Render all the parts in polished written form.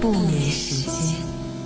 不眠时间。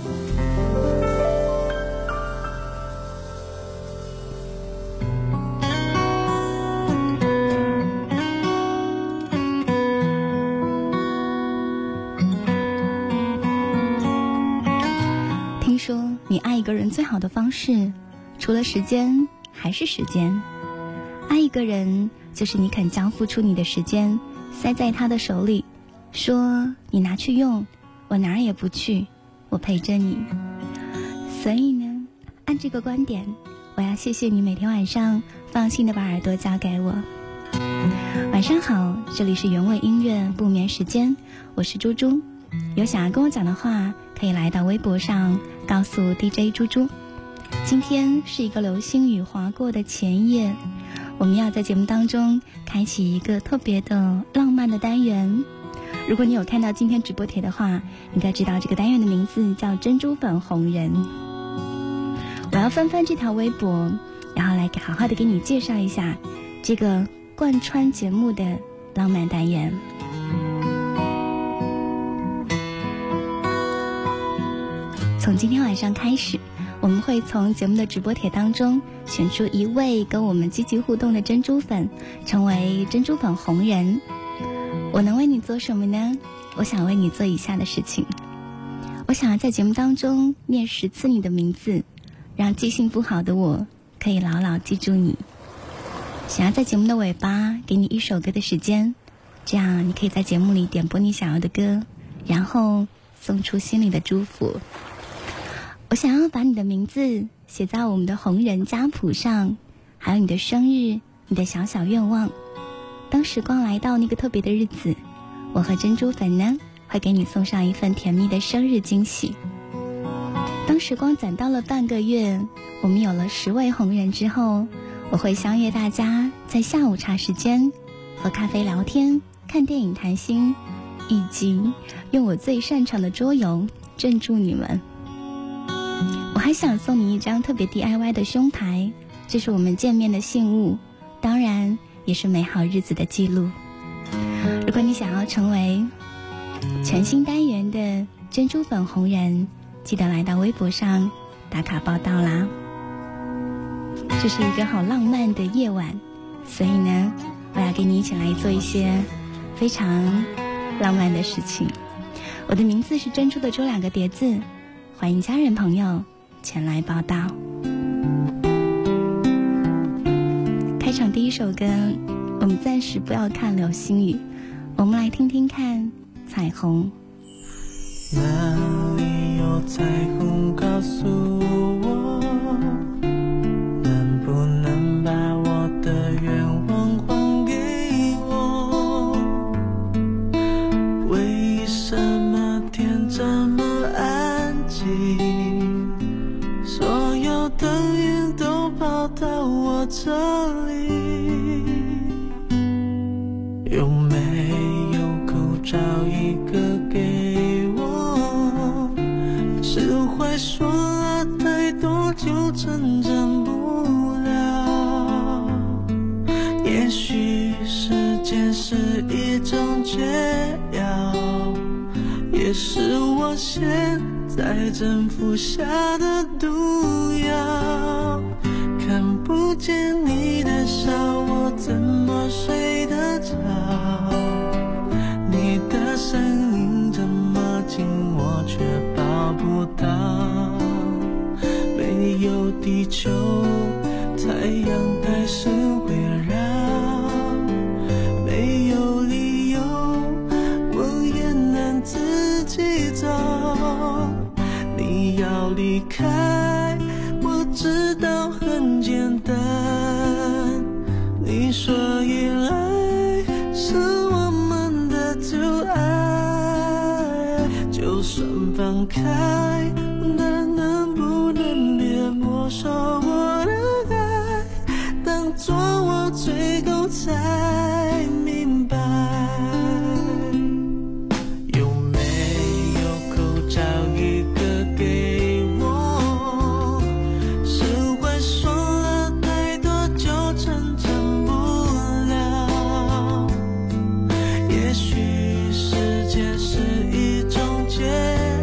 听说你爱一个人最好的方式，除了时间还是时间。爱一个人就是你肯将付出你的时间塞在他的手里，说你拿去用，我哪儿也不去，我陪着你。所以呢，按这个观点，我要谢谢你每天晚上放心的把耳朵交给我。晚上好，这里是原味音乐不眠时间，我是猪猪。有想要跟我讲的话，可以来到微博上告诉 DJ 猪猪。今天是一个流星雨划过的前夜，我们要在节目当中开启一个特别的浪漫的单元。如果你有看到今天直播帖的话，应该知道这个单元的名字叫珍珠粉红人。我要翻翻这条微博，然后来好好的给你介绍一下这个贯穿节目的浪漫单元。从今天晚上开始，我们会从节目的直播帖当中选出一位跟我们积极互动的珍珠粉，成为珍珠粉红人。我能为你做什么呢？我想为你做以下的事情。我想要在节目当中念10次你的名字，让记性不好的我可以牢牢记住你。想要在节目的尾巴给你一首歌的时间，这样你可以在节目里点播你想要的歌，然后送出心里的祝福。我想要把你的名字写在我们的红人家谱上，还有你的生日，你的小小愿望。当时光来到那个特别的日子，我和珍珠粉呢会给你送上一份甜蜜的生日惊喜。当时光攒到了半个月，我们有了10位红人之后，我会相约大家在下午茶时间喝咖啡聊天，看电影谈心，以及用我最擅长的桌游镇住你们。我还想送你一张特别 DIY 的胸牌，这是我们见面的信物，当然也是美好日子的记录。如果你想要成为全新单元的珍珠粉红人，记得来到微博上打卡报道啦。这是一个好浪漫的夜晚，所以呢，我要跟你一起来做一些非常浪漫的事情。我的名字是珍珠的珠2个叠字，欢迎家人朋友前来报道。开场第一首歌，我们暂时不要看流星雨，我们来听听看彩虹。 哪里有彩虹告诉我，能不能把我的愿望还给我？为什么天这么安静，所有灯影都跑到我这里？有没有口罩一个给我？释怀说了太多就成长不了。也许时间是一种解药，也是我现在正服下的毒药。看不见你的笑，我怎么睡得着？你的声音这么近，我却抱不到。没有地球，太阳还是会绕。没有理由，我也能自己走。你要离开，我知道很简单。你说依赖是我们的阻碍，就算放开，但能不能别没收我的爱？当作我最后才明白。有没有口罩一个给我？释怀说了太多就成长不了。也许时间是一种解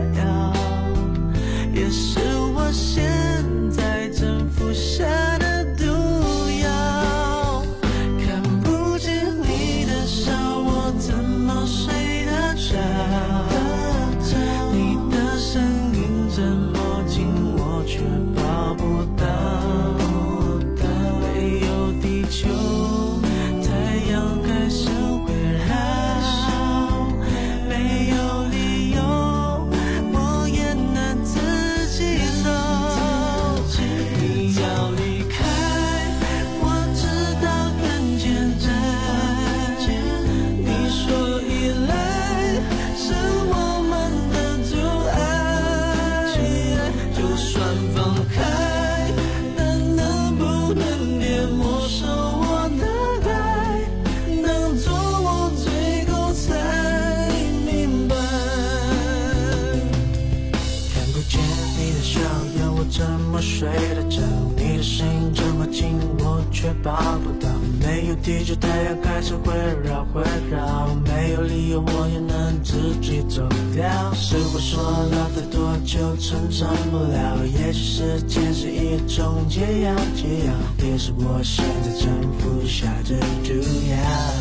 抱不到，没有地球太阳开始围绕，没有理由我也能自己走掉。是我说了太多就成长不了，也许时间是一种解药，也是我现在正服下的毒药。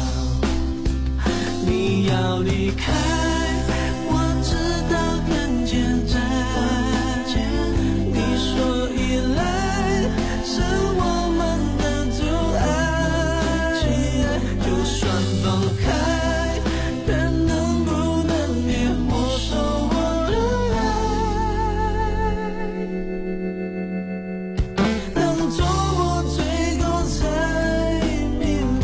你要离开，我知道很简单，你说依赖是我们的阻碍，就算放开，但能不能别没收我的爱，能做我最后才明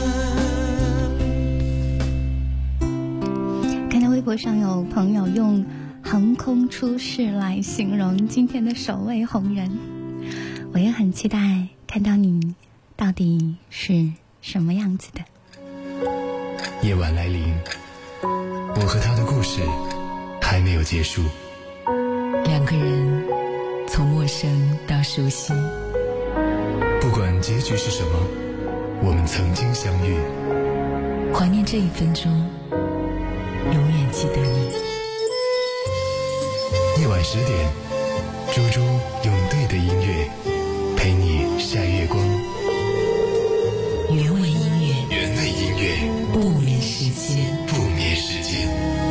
白。 看到微博上有朋友用横空出世来形容今天的首位红人，我也很期待看到你到底是什么样子的。 夜晚来临，我和他的故事还没有结束。 两个人从陌生到熟悉， 不管结局是什么，我们曾经相遇。 怀念这一分钟，永远记得你。 夜晚10点，猪猪用对的音乐陪你晒月光。 原味音乐， 原味音乐， 不眠时间， 不眠时间。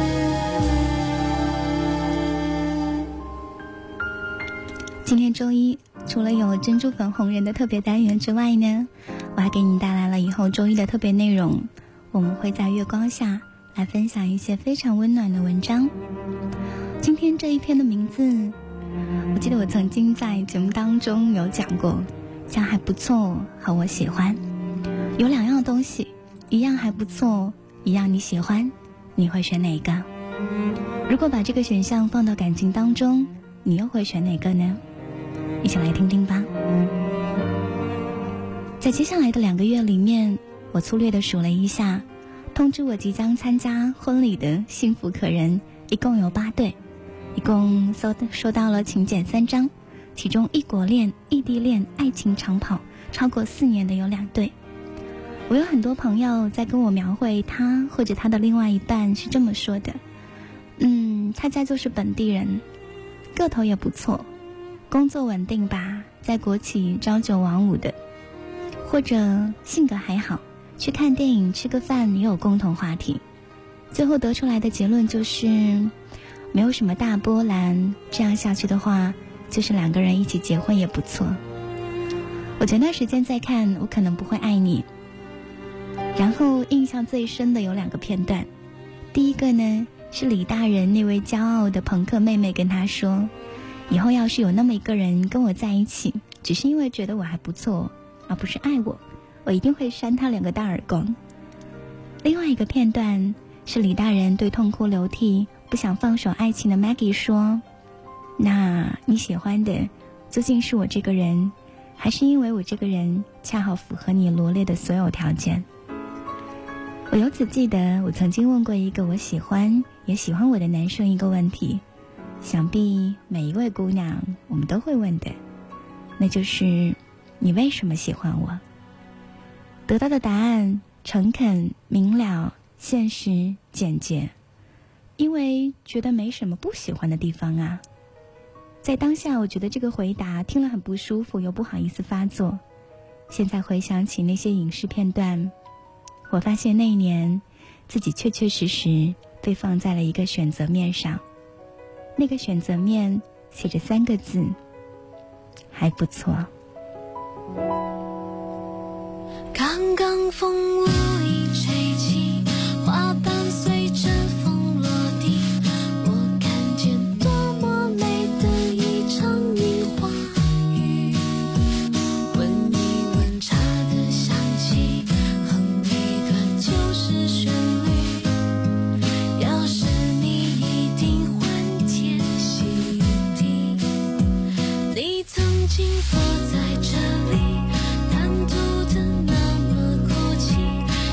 今天周一，除了有珍珠粉红人的特别单元之外呢，我还给你带来了以后周一的特别内容。我们会在月光下来分享一些非常温暖的文章。今天这一篇的名字，我记得我曾经在节目当中有讲过，像还不错和我喜欢有两样东西，一样还不错，一样你喜欢，你会选哪个？如果把这个选项放到感情当中，你又会选哪个呢？一起来听听吧。在接下来的2个月里面，我粗略地数了一下，通知我即将参加婚礼的幸福可人一共有8对，一共收到了请柬3张，其中异国恋、异地恋、爱情长跑超过4年的有2对。我有很多朋友在跟我描绘他或者他的另外一半是这么说的，他家就是本地人，个头也不错，工作稳定吧，在国企朝9晚5的，或者性格还好，去看电影吃个饭也有共同话题。最后得出来的结论就是没有什么大波澜，这样下去的话就是2个人一起结婚也不错。我前段时间在看我可能不会爱你，然后印象最深的有2个片段。第一个呢，是李大人那位骄傲的朋克妹妹跟他说，以后要是有那么一个人跟我在一起，只是因为觉得我还不错，而不是爱我，我一定会扇他2个大耳光。另外一个片段是李大人对痛哭流涕不想放手爱情的 Maggie 说，那你喜欢的究竟是我这个人，还是因为我这个人恰好符合你罗列的所有条件？我由此记得我曾经问过一个我喜欢也喜欢我的男生一个问题，想必每一位姑娘我们都会问的，那就是你为什么喜欢我？得到的答案诚恳明了，现实简洁，因为觉得没什么不喜欢的地方啊。在当下我觉得这个回答听了很不舒服，又不好意思发作。现在回想起那些影视片段，我发现那一年自己确确实实被放在了一个选择面上，那个选择面写着3个字，还不错。 刚刚风无意吹起，花瓣随着风落地，我看见多么美的一场樱花雨。闻一闻茶的香气，哼一段旧时旋律，要是你一定欢天喜地。你曾经坐在这里，单独的那么孤寂，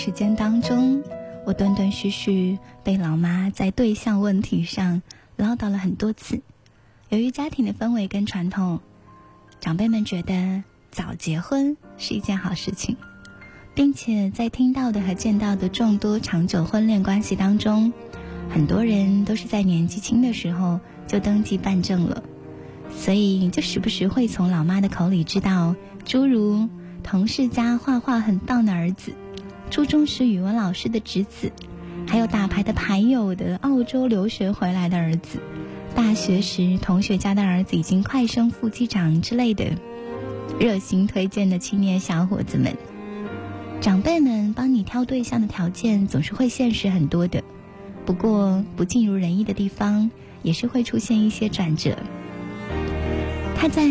时间当中，我断断续续被老妈在对象问题上唠叨了很多次。由于家庭的氛围跟传统，长辈们觉得早结婚是一件好事情，并且在听到的和见到的众多长久婚恋关系当中，很多人都是在年纪轻的时候就登记办证了，所以就时不时会从老妈的口里知道诸如同事家画画很棒的儿子，初中时语文老师的侄子，还有打牌的牌友的澳洲留学回来的儿子，大学时同学家的儿子已经快升副机长之类的热心推荐的青年小伙子们。长辈们帮你挑对象的条件总是会现实很多的，不过不尽如人意的地方也是会出现一些转折。他在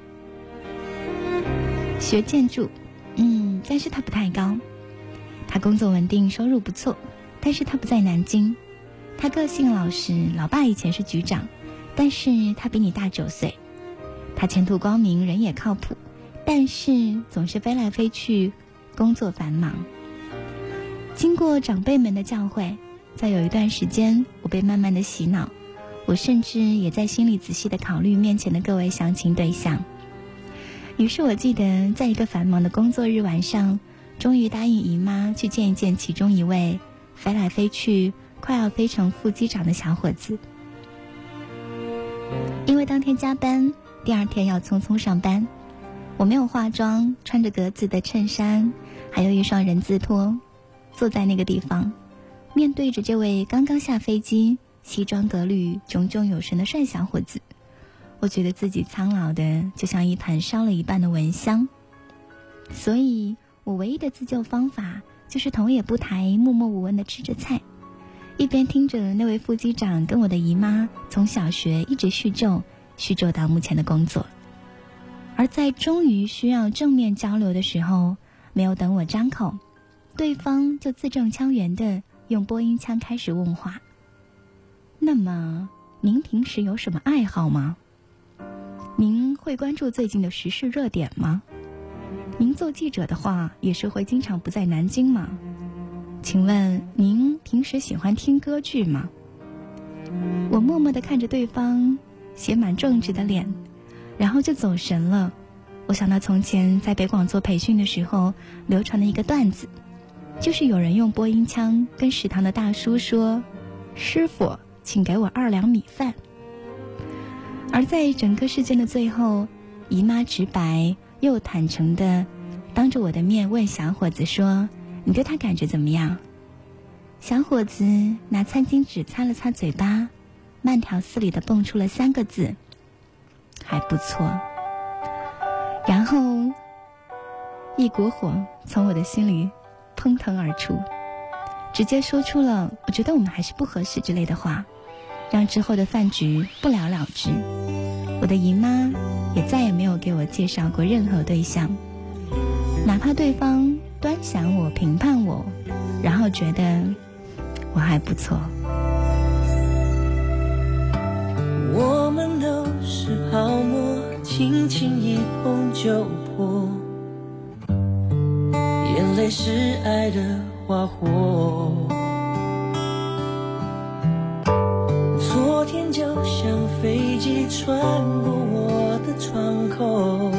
学建筑，但是他不太高。他工作稳定，收入不错，但是他不在南京。他个性老实，老爸以前是局长，但是他比你大9岁。他前途光明，人也靠谱，但是总是飞来飞去，工作繁忙。经过长辈们的教诲，在有一段时间，我被慢慢的洗脑，我甚至也在心里仔细的考虑面前的各位相亲对象。于是我记得在一个繁忙的工作日晚上，终于答应姨妈去见一见其中一位飞来飞去快要飞成副机长的小伙子。因为当天加班，第二天要匆匆上班，我没有化妆，穿着格子的衬衫，还有一双人字拖，坐在那个地方，面对着这位刚刚下飞机、西装革履、炯炯有神的帅小伙子，我觉得自己苍老的就像一盘烧了一半的蚊香。所以我唯一的自救方法就是头也不抬，默默无闻地吃着菜，一边听着那位副机长跟我的姨妈从小学一直叙旧到目前的工作。而在终于需要正面交流的时候，没有等我张口，对方就字正腔圆地用播音腔开始问话。那么您平时有什么爱好吗？您会关注最近的时事热点吗？您做记者的话，也是会经常不在南京吗？请问您平时喜欢听歌剧吗？我默默地看着对方写满正直的脸，然后就走神了。我想到从前在北广做培训的时候流传的一个段子，就是有人用播音腔跟食堂的大叔说：“师傅，请给我2两米饭。”而在整个事件的最后，姨妈直白又坦诚地当着我的面问小伙子说：“你对他感觉怎么样？”小伙子拿餐巾纸擦了擦嘴巴，慢条斯理地蹦出了3个字：“还不错。”然后一股火从我的心里喷腾而出，直接说出了“我觉得我们还是不合适”之类的话，让之后的饭局不了了之。我的姨妈也再也没有给我介绍过任何对象，哪怕对方端详我、评判我，然后觉得我还不错。 我们都是泡沫，轻轻一碰就破，眼泪是爱的花火。昨天就像飞机穿过我的窗口，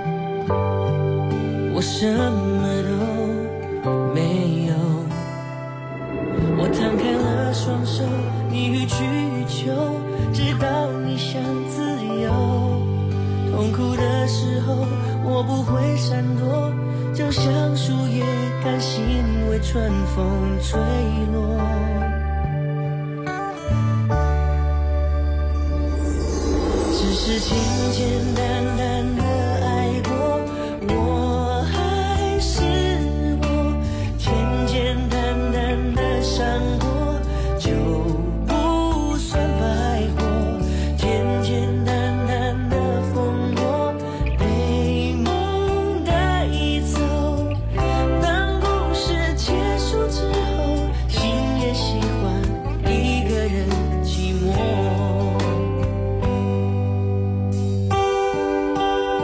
我什么都没有。我摊开了双手，你予取予求，直到你想自由。痛苦的时候我不会闪躲，就像树叶甘心为春风吹落。只是简简单单的爱过，我还是我，简简单单的伤过就不算白活，简简单单的风波被梦带走。当故事结束之后，心也喜欢一个人寂寞。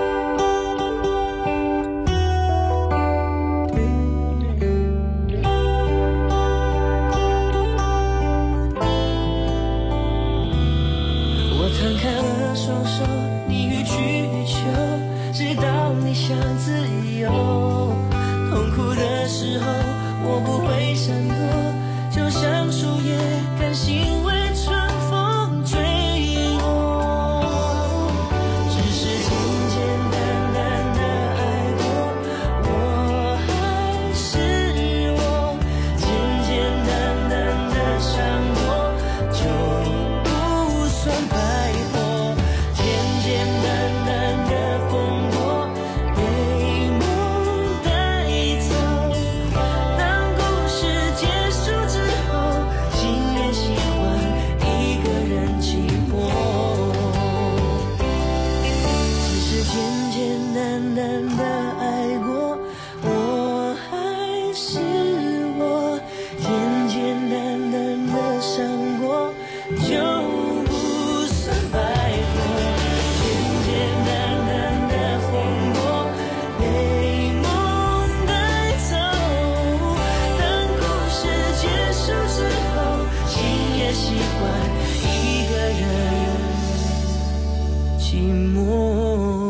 敞开了双手，你予取予求，直到你想自由。痛苦的时候，我不会闪躲，就像树叶甘心为春风坠落。只是简简单单的爱过，我还是我，简简单单的伤过，就不算白活。简简单单的风波，被梦带走。当故事结束之后，竟也喜欢一个人寂寞。只是简简单单的爱过，我还是我，简简单单的伤过，就不算白活。简简单单的风波，被梦带走。当故事结束之后，竟也喜欢一个人寂寞。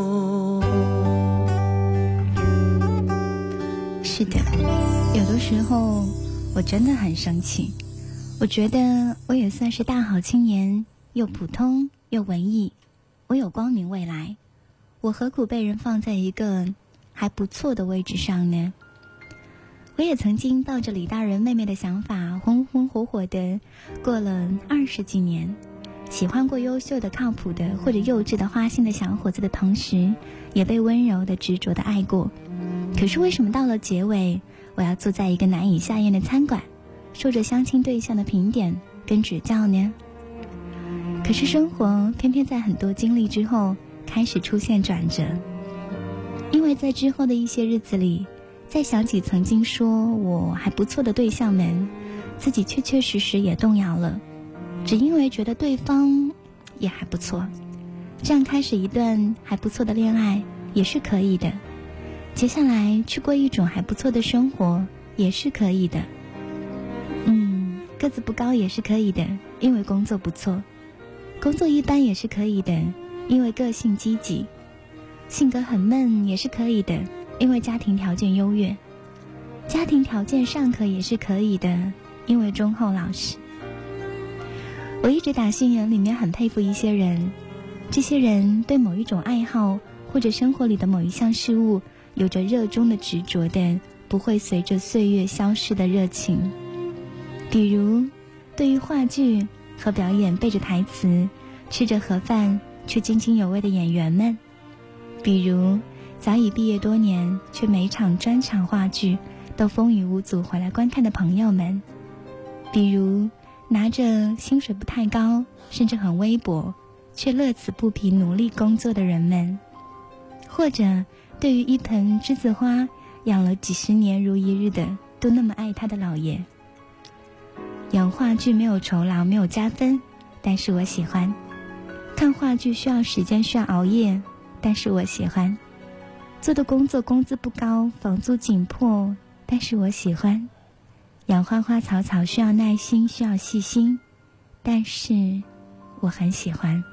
是的，有的时候我真的很生气。我觉得我也算是大好青年，又普通又文艺，我有光明未来，我何苦被人放在一个还不错的位置上呢？我也曾经抱着李大人妹妹的想法，浑浑火火的过了20几年，喜欢过优秀的、靠谱的或者幼稚的、花心的小伙子的同时，也被温柔的、执着的爱过。可是为什么到了结尾，我要坐在一个难以下咽的餐馆，受着相亲对象的评点跟指教呢？可是生活偏偏在很多经历之后开始出现转折，因为在之后的一些日子里，再想起曾经说我还不错的对象们，自己确确实实也动摇了，只因为觉得对方也还不错，这样开始一段还不错的恋爱也是可以的，接下来去过一种还不错的生活也是可以的。个子不高也是可以的，因为工作不错；工作一般也是可以的，因为个性积极；性格很闷也是可以的，因为家庭条件优越；家庭条件尚可也是可以的，因为忠厚老实。我一直打心眼里面很佩服一些人，这些人对某一种爱好或者生活里的某一项事物有着热衷的、执着的，不会随着岁月消失的热情。比如对于话剧和表演背着台词吃着盒饭却津津有味的演员们，比如早已毕业多年却每场专场话剧都风雨无阻回来观看的朋友们，比如拿着薪水不太高甚至很微薄却乐此不疲努力工作的人们，或者对于一盆栀子花养了几十年如一日的都那么爱他的老爷。演话剧没有酬劳，没有加分，但是我喜欢；看话剧需要时间，需要熬夜，但是我喜欢；做的工作工资不高，房租紧迫，但是我喜欢；养花花草草需要耐心，需要细心，但是我很喜欢。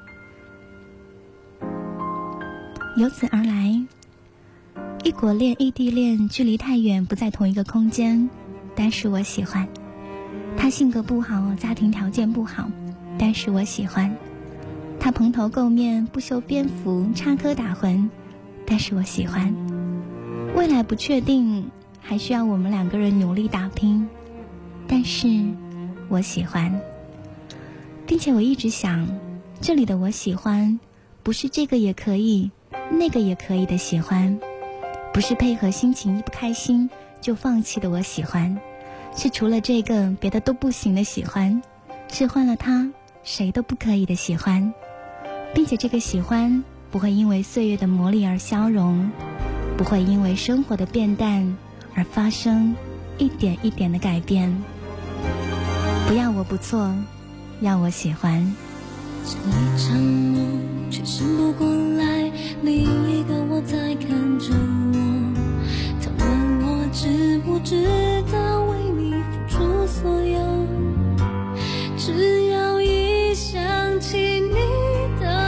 由此而来，异国恋、异地恋，距离太远，不在同一个空间，但是我喜欢。他性格不好，家庭条件不好，但是我喜欢。他蓬头垢面，不修边幅，插科打诨，但是我喜欢。未来不确定，还需要我们两个人努力打拼，但是我喜欢。并且我一直想，这里的我喜欢不是这个也可以那个也可以的喜欢，不是配合心情一不开心就放弃的我喜欢，是除了这个别的都不行的喜欢，是换了他谁都不可以的喜欢，并且这个喜欢不会因为岁月的磨砺而消融，不会因为生活的变淡而发生一点一点的改变。不要我不错，要我喜欢。 像一场梦，却醒不过来，另一个我在看着我。他问我知不知道为你付出所有，只要一想起你的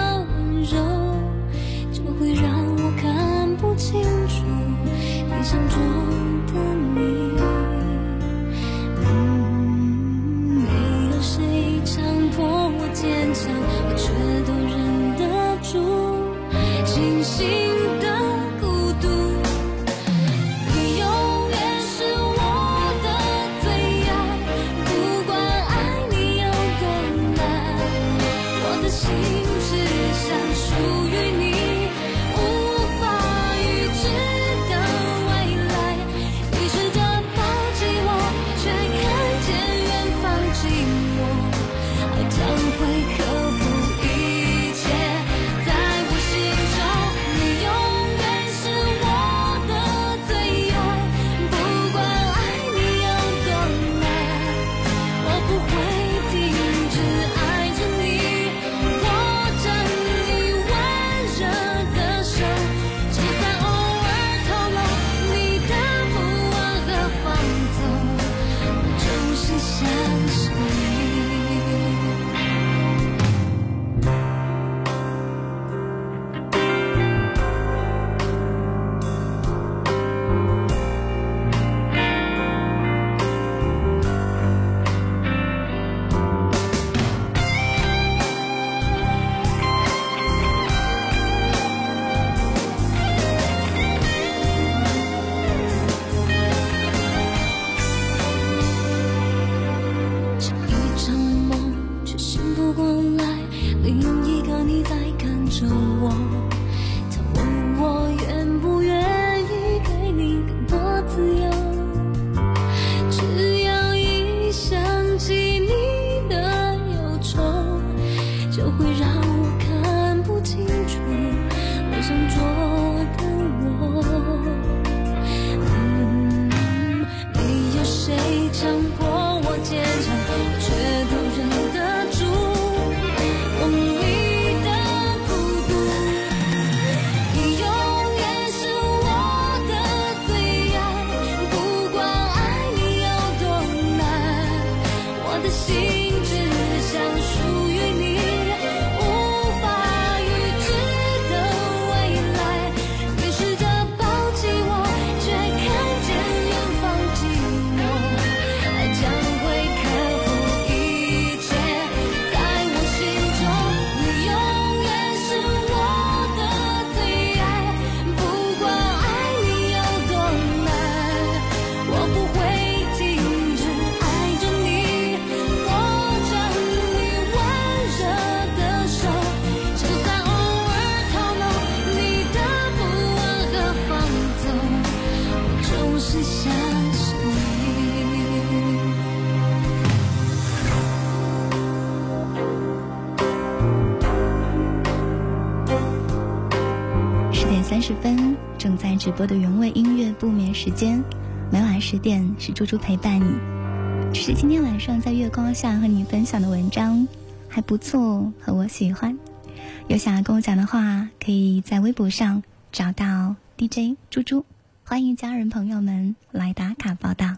30分，正在直播的原味音乐不眠时间，每晚10点是猪猪陪伴你。这是今天晚上在月光下和你分享的文章，还不错，和我喜欢。有想要跟我讲的话，可以在微博上找到 DJ 猪猪，欢迎家人朋友们来打卡报道。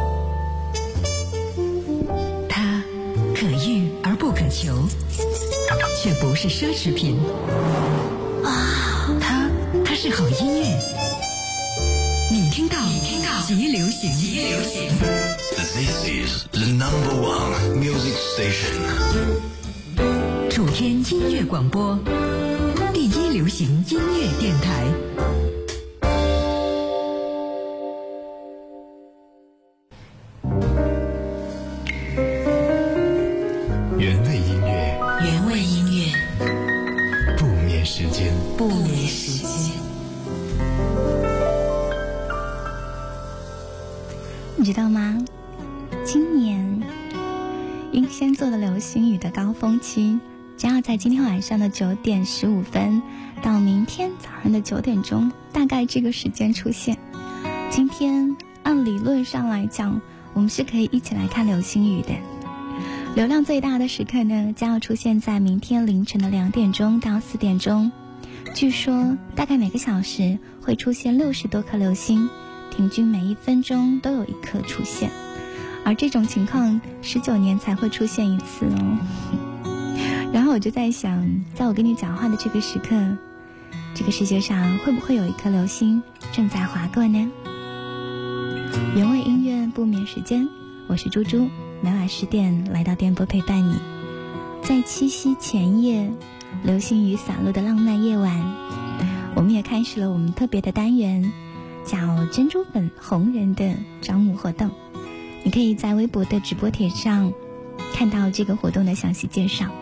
它可遇而不可求，却不是奢侈品它是好音乐，你听到极流行。 This is the number one music station。 楚天音乐广播，第一流行音乐电台。 原味音乐， 原味音乐， 不眠时间， 不眠时间。 你知道吗？今年英仙座的流星雨的高峰期将要在今天晚上的9点15分到明天早上的9点钟，大概这个时间出现。今天按理论上来讲，我们是可以一起来看流星雨的。流量最大的时刻呢，将要出现在明天凌晨的2点钟到4点钟。据说大概每个小时会出现60多颗流星，平均每1分钟都有1颗出现，而这种情况19年才会出现一次哦。然后我就在想，在我跟你讲话的这个时刻，这个世界上会不会有1颗流星正在划过呢？原味音乐不眠时间，我是猪猪，每晚10点来到电波陪伴你。在七夕前夜，流星雨洒落的浪漫夜晚，我们也开始了我们特别的单元，叫珍珠粉红人的招募活动。你可以在微博的直播帖上看到这个活动的详细介绍。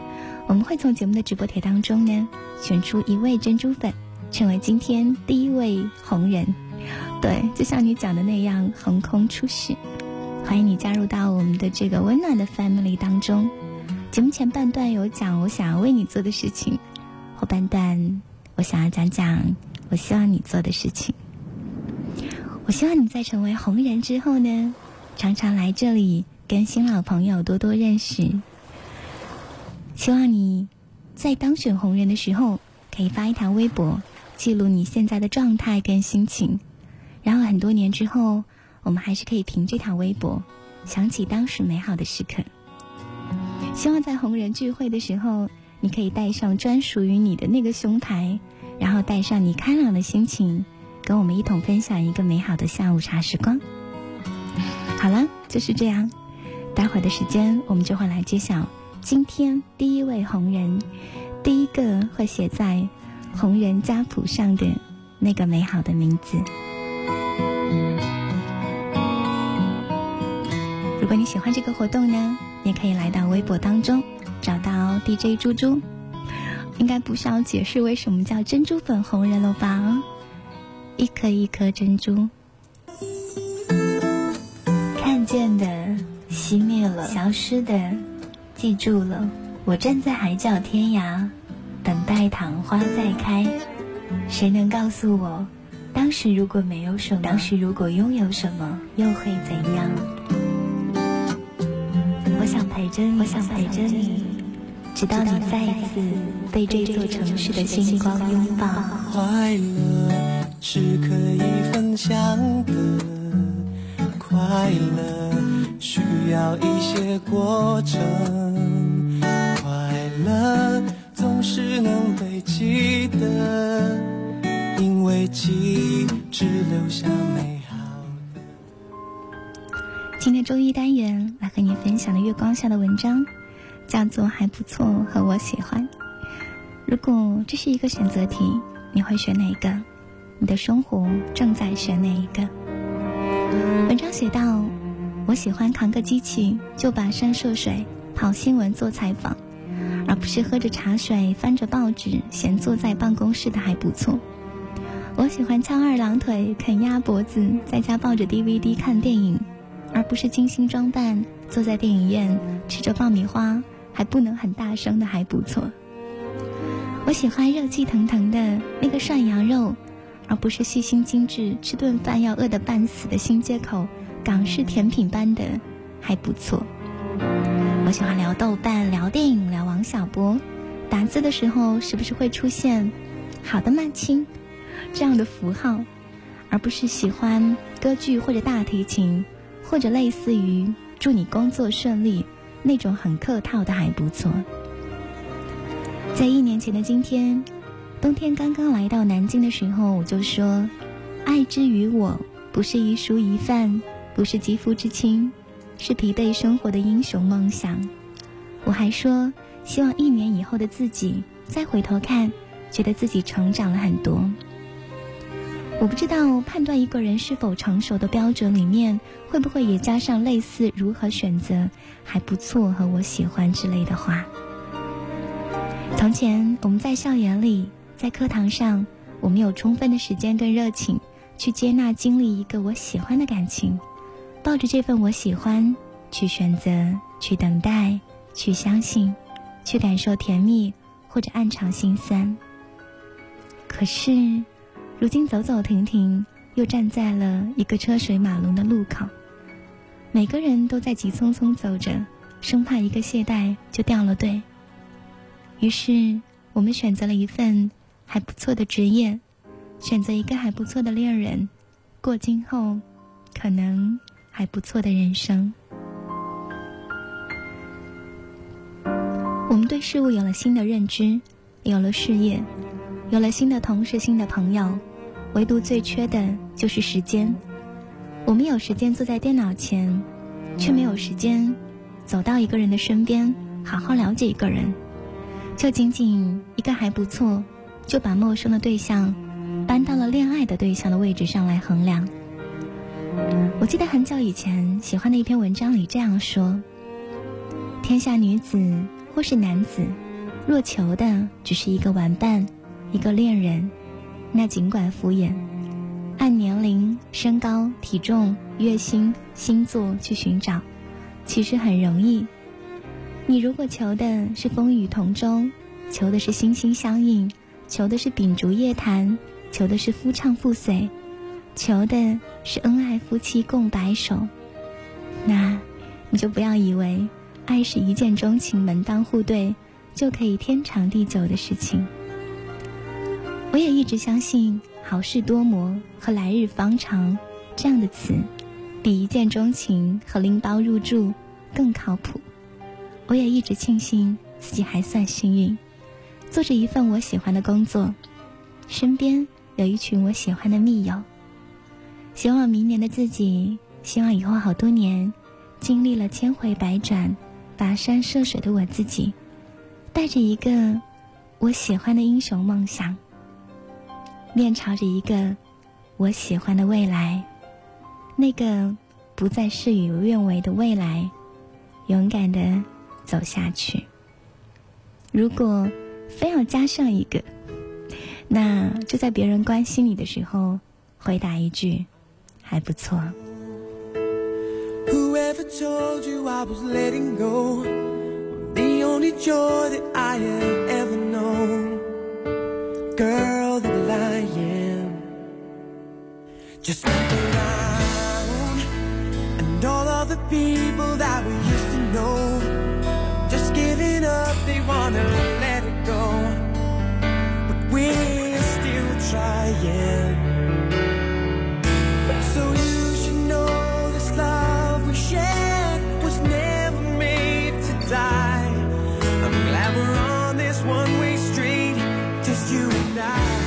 我们会从节目的直播帖当中呢，选出一位珍珠粉，成为今天第一位红人。对，就像你讲的那样，横空出世。欢迎你加入到我们的这个温暖的 family 当中。节目前半段有讲我想要为你做的事情，后半段我想要讲讲我希望你做的事情。我希望你在成为红人之后呢，常常来这里跟新老朋友多多认识。希望你在当选红人的时候可以发一条微博，记录你现在的状态跟心情，然后很多年之后，我们还是可以凭这条微博想起当时美好的时刻。希望在红人聚会的时候，你可以带上专属于你的那个胸牌，然后带上你开朗的心情，跟我们一同分享一个美好的下午茶时光。好了，就是这样，待会儿的时间我们就会来揭晓今天第一位红人，第一个会写在红人家谱上的那个美好的名字。如果你喜欢这个活动呢，也可以来到微博当中找到 DJ 猪猪，应该不需要解释为什么叫珍珠粉红人了吧？一颗一颗珍珠，看见的熄灭了，消失的记住了。我站在海角天涯，等待昙花再开。谁能告诉我，当时如果没有什么，当时如果拥有什么，又会怎样？我想陪着你，我想陪着你，直到你再一次被这座城市的星光拥抱。 快乐是可以分享的，快乐需要一些过程，快乐总是能被记得，因为记忆只留下美好的。 今天周一单元来和你分享的月光下的文章叫做还不错和我喜欢。如果这是一个选择题，你会选哪一个？你的生活正在选哪一个？文章写道，我喜欢扛个机器就跋山涉水跑新闻做采访，而不是喝着茶水翻着报纸闲坐在办公室的还不错。我喜欢翘二郎腿啃鸭脖子在家抱着 DVD 看电影，而不是精心装扮坐在电影院吃着爆米花还不能很大声的还不错。我喜欢热气腾腾的那个涮羊肉，而不是细心精致吃顿饭要饿得半死的新街口港式甜品般的还不错。我喜欢聊豆瓣聊电影聊王小波，打字的时候是不是会出现好的吗亲这样的符号，而不是喜欢歌剧或者大提琴，或者类似于祝你工作顺利那种很客套的还不错。在1年前的今天，冬天刚刚来到南京的时候，我就说，爱之于我不是一蔬一饭，不是肌肤之亲，是疲惫生活的英雄梦想。我还说，希望1年以后的自己再回头看，觉得自己成长了很多。我不知道判断一个人是否成熟的标准里面，会不会也加上类似如何选择还不错和我喜欢之类的话。从前我们在校园里，在课堂上，我们有充分的时间跟热情去接纳经历一个我喜欢的感情，抱着这份我喜欢去选择，去等待，去相信，去感受甜蜜或者暗藏心酸。可是如今走走停停，又站在了一个车水马龙的路口，每个人都在急匆匆走着，生怕一个懈怠就掉了队。于是我们选择了一份还不错的职业，选择一个还不错的恋人，过今后可能还不错的人生。我们对事物有了新的认知，有了事业，有了新的同事新的朋友，唯独最缺的就是时间。我们有时间坐在电脑前，却没有时间走到一个人的身边，好好了解一个人。就仅仅一个还不错，就把陌生的对象搬到了恋爱的对象的位置上来衡量。我记得很久以前喜欢的一篇文章里这样说，天下女子或是男子若求的只是一个玩伴，一个恋人，那尽管敷衍，按年龄、身高、体重、月薪、星座去寻找，其实很容易。你如果求的是风雨同舟，求的是心心相印，求的是秉烛夜谈，求的是夫唱妇随，求的是恩爱夫妻共白首，那你就不要以为爱是一见钟情门当户对就可以天长地久的事情。我也一直相信好事多磨和来日方长这样的词比一见钟情和拎包入住更靠谱。我也一直庆幸自己还算幸运，做着一份我喜欢的工作，身边有一群我喜欢的密友。希望明年的自己，希望以后好多年经历了千回百转跋山涉水的我自己，带着一个我喜欢的英雄梦想，面朝着一个我喜欢的未来，那个不再事与愿违的未来，勇敢地走下去。如果非要加上一个，那就在别人关心你的时候回答一句还不错。 Whoever told you I was letting go, the only joy that I have ever known. Girl, the will I am. Just look around, and all of the people that we used to know, just giving up, they wanna let it go. But we're still trying. So you should know this love we shared was never made to die. I'm glad we're on this one-way street, just you and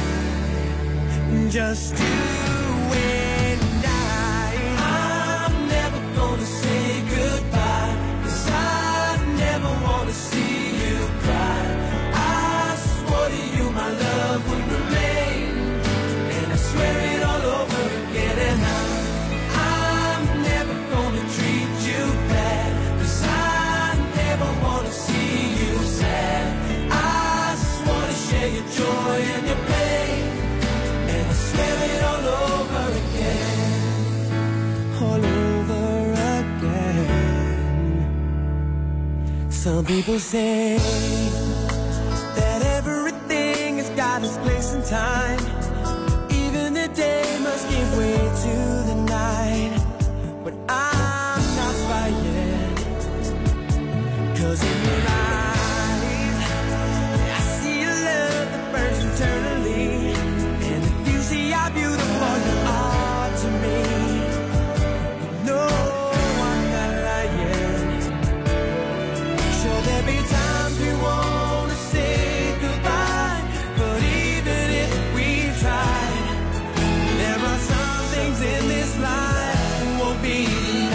I, just you and I. I'm never gonna say goodbye, 'cause I never wanna see you cry. I swore to you my love would remain, and I swear it all over again. And I'm never gonna treat you bad, 'cause I never wanna see you sad. I just wanna share your joy and your pain, and I swear it all over again, all over again. Some people say that everything has got its place in time, even the day must give way to the night. But I'm not buying, 'cause in your eyes I see a love that burns eternally. And if you see how beautiful you are to me, you know I'm not lying. Sure, there'll be times we wanna say goodbye, but even if we tried, there are some things in this life won't be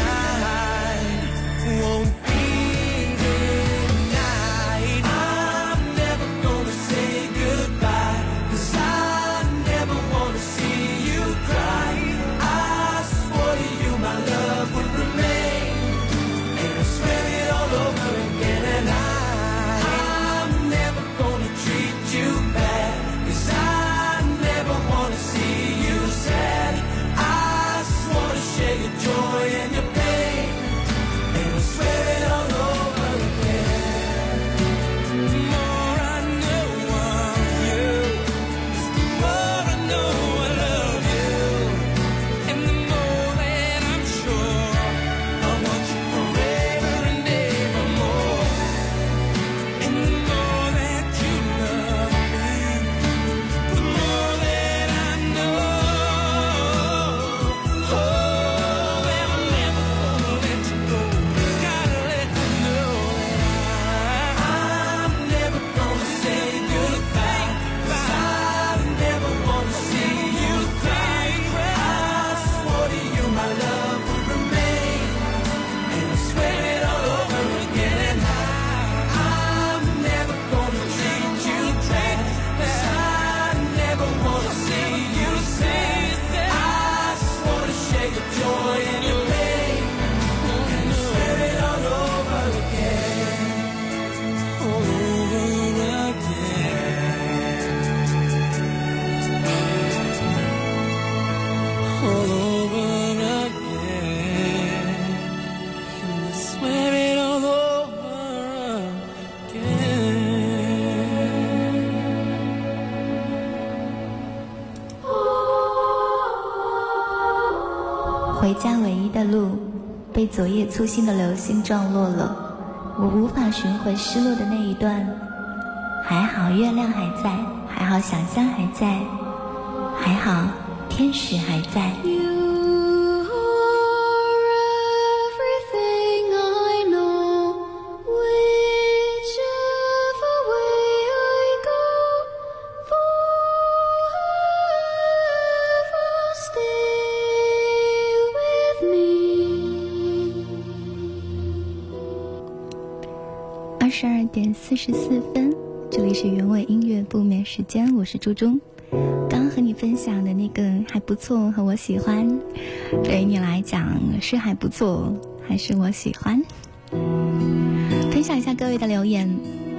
回家唯一的路被昨夜粗心的流星撞落了，我无法寻回失落的那一段。还好月亮还在，还好想象还在，还好天使还在。12点44分，这里是原味音乐不眠时间，我是猪猪。刚刚和你分享的那个还不错和我喜欢，对于你来讲是还不错还是我喜欢？分享一下各位的留言。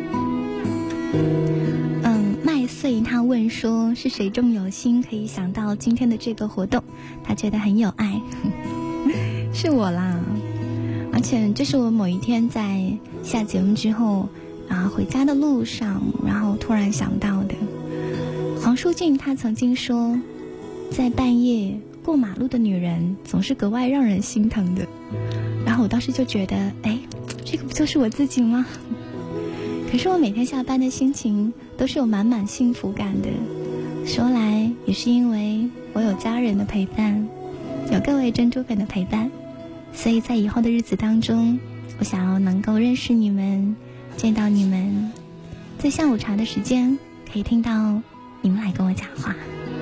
麦穗他问说是谁这么有心可以想到今天的这个活动，他觉得很有爱。是我啦，而且这是我某一天在下节目之后回家的路上，然后突然想到的。黄舒静她曾经说，在半夜过马路的女人总是格外让人心疼的。然后我当时就觉得，这个不就是我自己吗？可是我每天下班的心情都是有满满幸福感的。说来也是因为我有家人的陪伴，有各位珍珠粉的陪伴，所以在以后的日子当中，我想要能够认识你们，见到你们，在下午茶的时间可以听到你们来跟我讲话。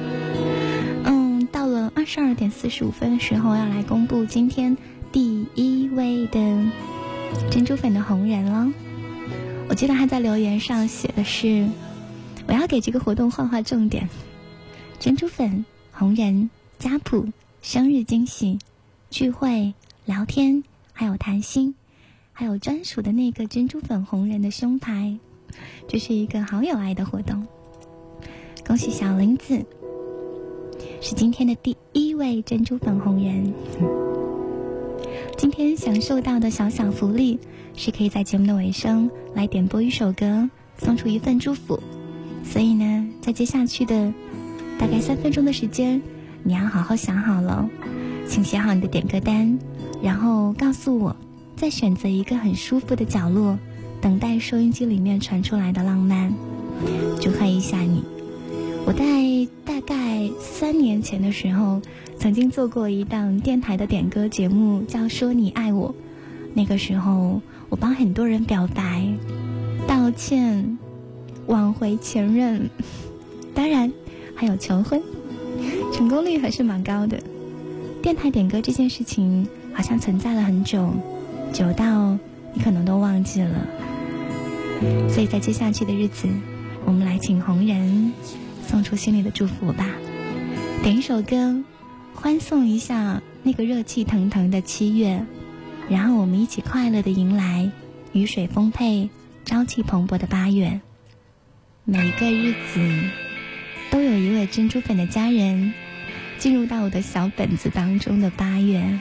到了22点45分的时候，要来公布今天第一位的珍珠粉的红人了。我记得他在留言上写的是，我要给这个活动画重点：珍珠粉、红人、家谱、生日惊喜、聚会、聊天，还有谈心，还有专属的那个珍珠粉红人的胸牌。这是一个好有爱的活动。恭喜小林子是今天的第一位珍珠粉红人。今天享受到的小小福利是可以在节目的尾声来点播一首歌，送出一份祝福。所以呢，在接下去的大概3分钟的时间，你要好好想好了，请写好你的点歌单，然后告诉我，再选择一个很舒服的角落，等待收音机里面传出来的浪漫。祝贺一下你。我在大概3年前的时候，曾经做过一档电台的点歌节目，叫说你爱我。那个时候我帮很多人表白、道歉、挽回前任，当然还有求婚，成功率还是蛮高的。电台点歌这件事情好像存在了很久，久到你可能都忘记了。所以在接下去的日子，我们来请红人送出心里的祝福吧。点一首歌，欢送一下那个热气腾腾的7月，然后我们一起快乐地迎来雨水丰沛、朝气蓬勃的8月。每一个日子都有一位珍珠粉的家人进入到我的小本子当中的8月。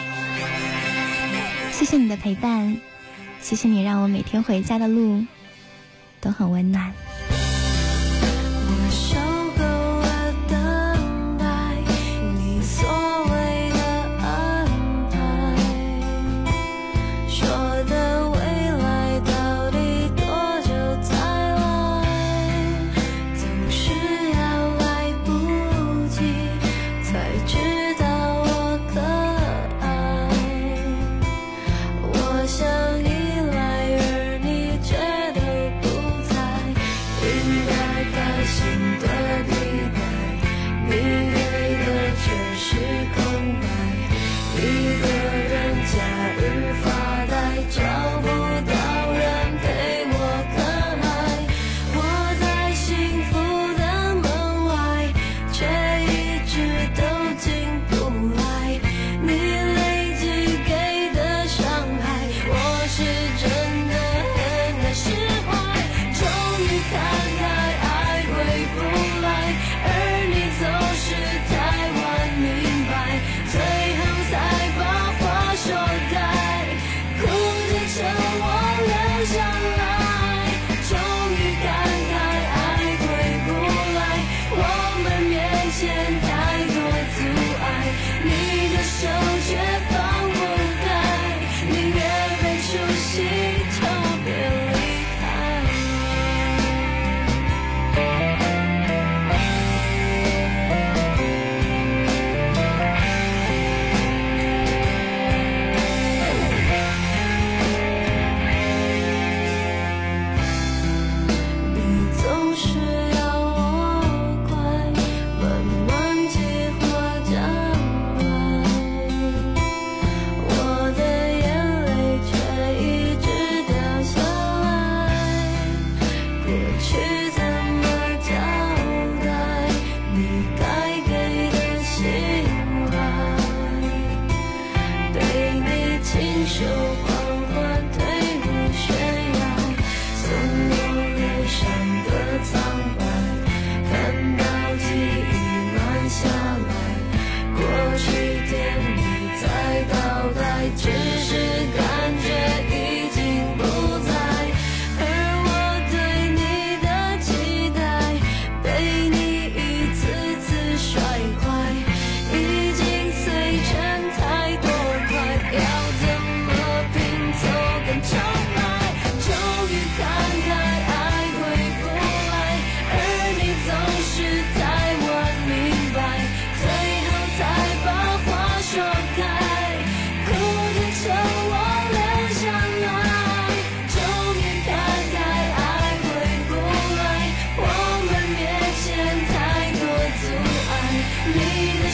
谢谢你的陪伴，谢谢你让我每天回家的路都很温暖。 我想依赖，而你却都不在。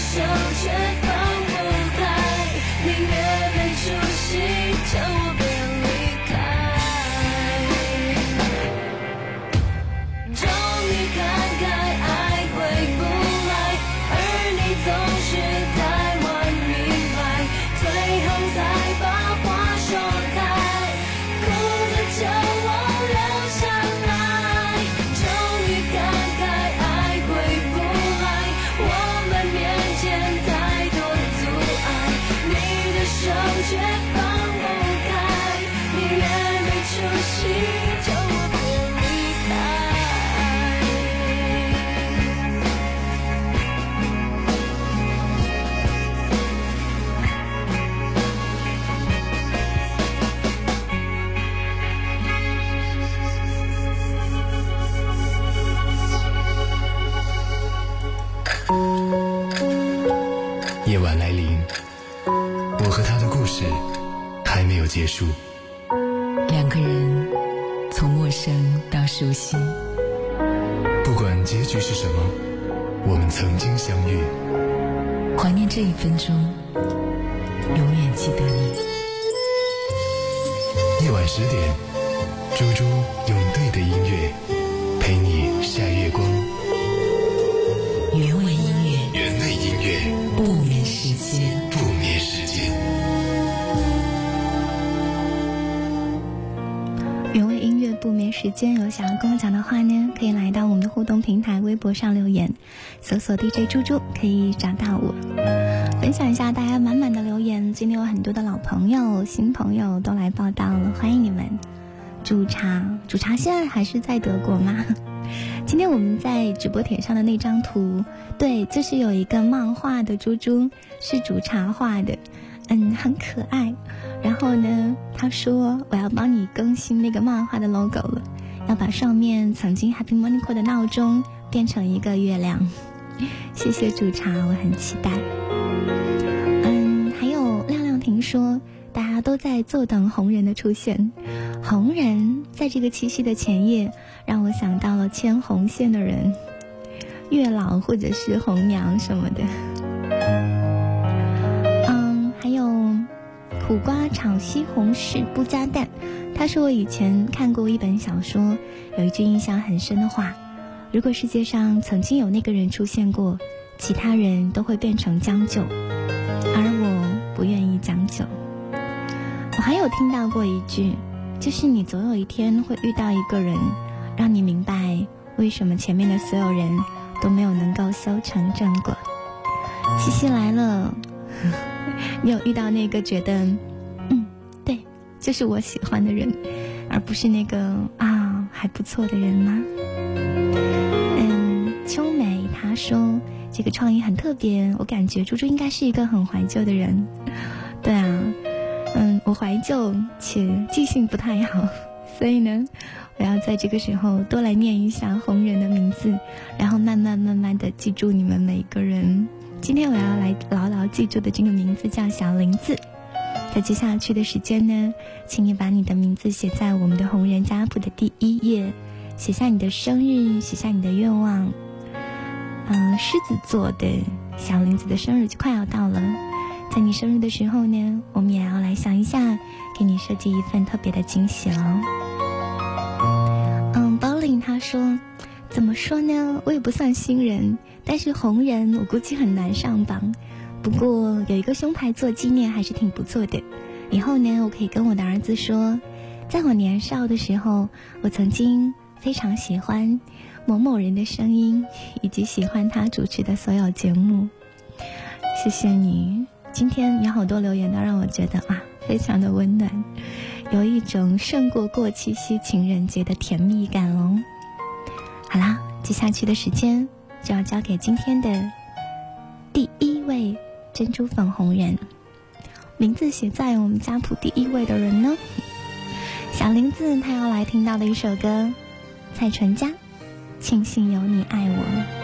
手却放不开，宁愿没出息，叫我别离开。终于看开，爱回不来，而你总是太晚明白，最后才把话说开，哭着叫我留下来。终于看开，爱回不来，我们面前太多阻碍，你的手却放不开，宁愿没出息，叫我别离开。 夜晚来临，我和他的故事还没有结束。 两个人从陌生到熟悉， 不管结局是什么，我们曾经相遇。 怀念这一分钟，永远记得你。 夜晚10点，猪猪用对的音乐陪你晒月光。 原味音乐， 原味音乐， 不眠时间。 不眠时间。 原味音乐不眠时间，有想要跟我讲的话呢，可以来到我们的互动平台微博上留言，搜索 DJ 猪猪可以找到我。分享一下大家满满的留言，今天有很多的老朋友、新朋友都来报道了，欢迎你们。主茶现在还是在德国吗？今天我们在直播帖上的那张图，对，就是有一个漫画的猪猪，是主茶画的，很可爱。然后呢，他说我要帮你更新那个漫画的 logo 了，要把上面曾经 Happy Monaco 的闹钟变成一个月亮。谢谢主茶，我很期待。还有亮亮听说大家都在坐等红人的出现。红人在这个七夕的前夜，让我想到了牵红线的人，月老或者是红娘什么的。还有苦瓜炒西红柿不加蛋。他说我以前看过一本小说，有一句印象很深的话：如果世界上曾经有那个人出现过，其他人都会变成将就，而我不愿意将就。我还有听到过一句，就是你总有一天会遇到一个人，让你明白为什么前面的所有人都没有能够修成正果。七夕来了，你有遇到那个觉得对，就是我喜欢的人，而不是那个还不错的人吗？秋美她说这个创意很特别，我感觉猪猪应该是一个很怀旧的人。对啊，我怀旧且记性不太好，所以呢，我要在这个时候多来念一下红人的名字，然后慢慢的记住你们每一个人。今天我要来牢牢记住的这个名字叫小林子。在接下去的时间呢，请你把你的名字写在我们的红人家谱的第1页，写下你的生日，写下你的愿望。狮子座的小林子的生日就快要到了，在你生日的时候呢，我们也要来想一下，给你设计一份特别的惊喜了。Bowling 他说，怎么说呢，我也不算新人，但是红人我估计很难上榜，不过有一个胸牌做纪念还是挺不错的。以后呢，我可以跟我的儿子说，在我年少的时候，我曾经非常喜欢某某人的声音，以及喜欢他主持的所有节目。谢谢你，今天有好多留言都让我觉得非常的温暖，有一种胜过七夕情人节的甜蜜感哦。好啦，接下去的时间就要交给今天的第1位珍珠粉红人，名字写在我们家谱第1位的人呢，小林子他要来听到的一首歌，蔡淳佳，庆幸有你爱我。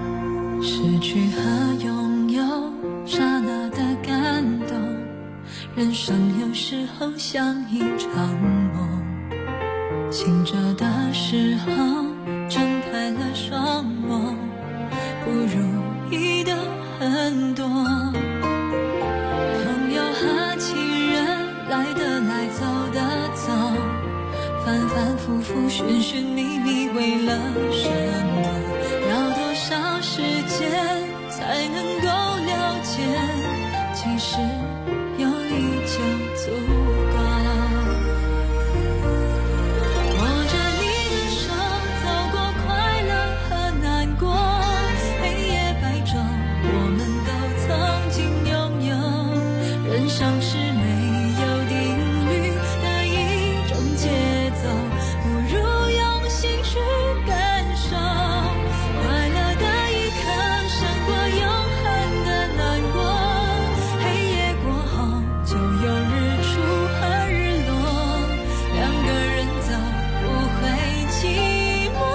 失去和拥有，刹那的感动， 人生有时候像一场梦，醒着的时候睁开了双眸，不如意的很多。朋友和情人来的来走的走，反反复复寻寻觅觅，为了什么？要多少时间才能够了解？其实有你就足够。握着你的手，走过快乐和难过，黑夜白昼，我们都曾经拥有。人生是没有定律的一种节奏，不如用心去感受。快乐的一刻胜过永恒的难过，黑夜过后就有日出和日落，两个人走不会寂寞，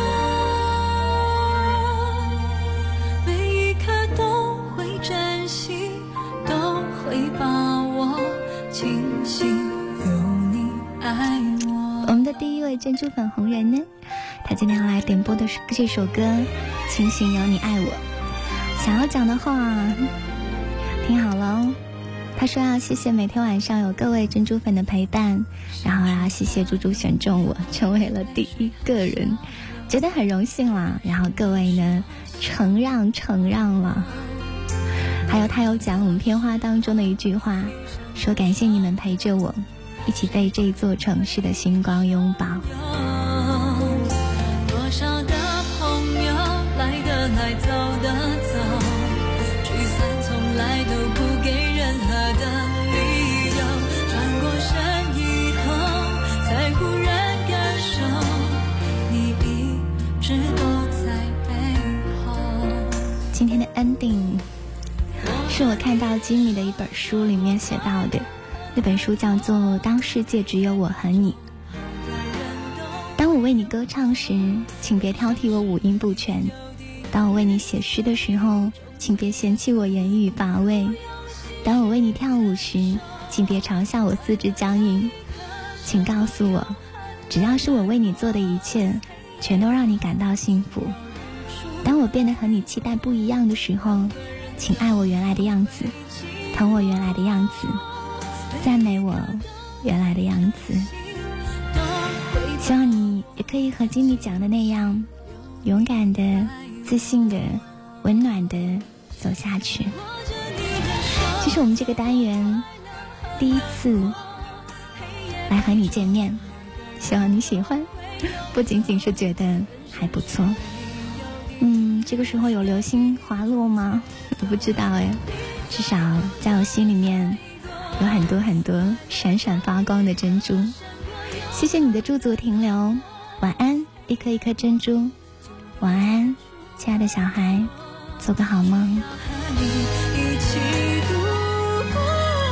每一刻都会珍惜，都会把握，庆幸有你爱我。 我们的第一位珍珠粉红人呢，他今天要来点播的是这首歌《庆幸有你爱我》。想要讲的话听好了哦。他说要谢谢每天晚上有各位珍珠粉的陪伴，然后要谢谢猪猪选中我成为了第一个人，觉得很荣幸啦。然后各位呢承让了。还有他有讲我们片花当中的一句话，说感谢你们陪着我一起被这座城市的星光拥抱。 多少的朋友来的来走的走，聚散从来都不给任何的理由，转过身以后才忽然感受，你一直都在背后。 今天的 ending 是我看到吉米的一本书里面写到的，那本书叫做《当世界只有我和你》。当我为你歌唱时，请别挑剔我五音不全；当我为你写诗的时候，请别嫌弃我言语乏味；当我为你跳舞时，请别嘲笑我四肢僵硬。请告诉我，只要是我为你做的一切，全都让你感到幸福。当我变得和你期待不一样的时候，请爱我原来的样子，疼我原来的样子，赞美我原来的样子。希望你也可以和经理讲的那样，勇敢的、自信的、温暖的走下去。这是我们这个单元第一次来和你见面，希望你喜欢，不仅仅是觉得还不错。这个时候有流星滑落吗？我不知道哎，至少在我心里面有很多很多闪闪发光的珍珠。谢谢你的驻足停留，晚安，一颗一颗珍珠，晚安，亲爱的小孩，做个好梦。 和你一起度过，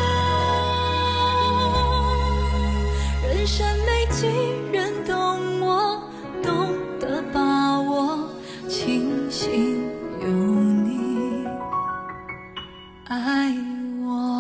人生没几人懂我，懂得把握，庆幸有你爱我。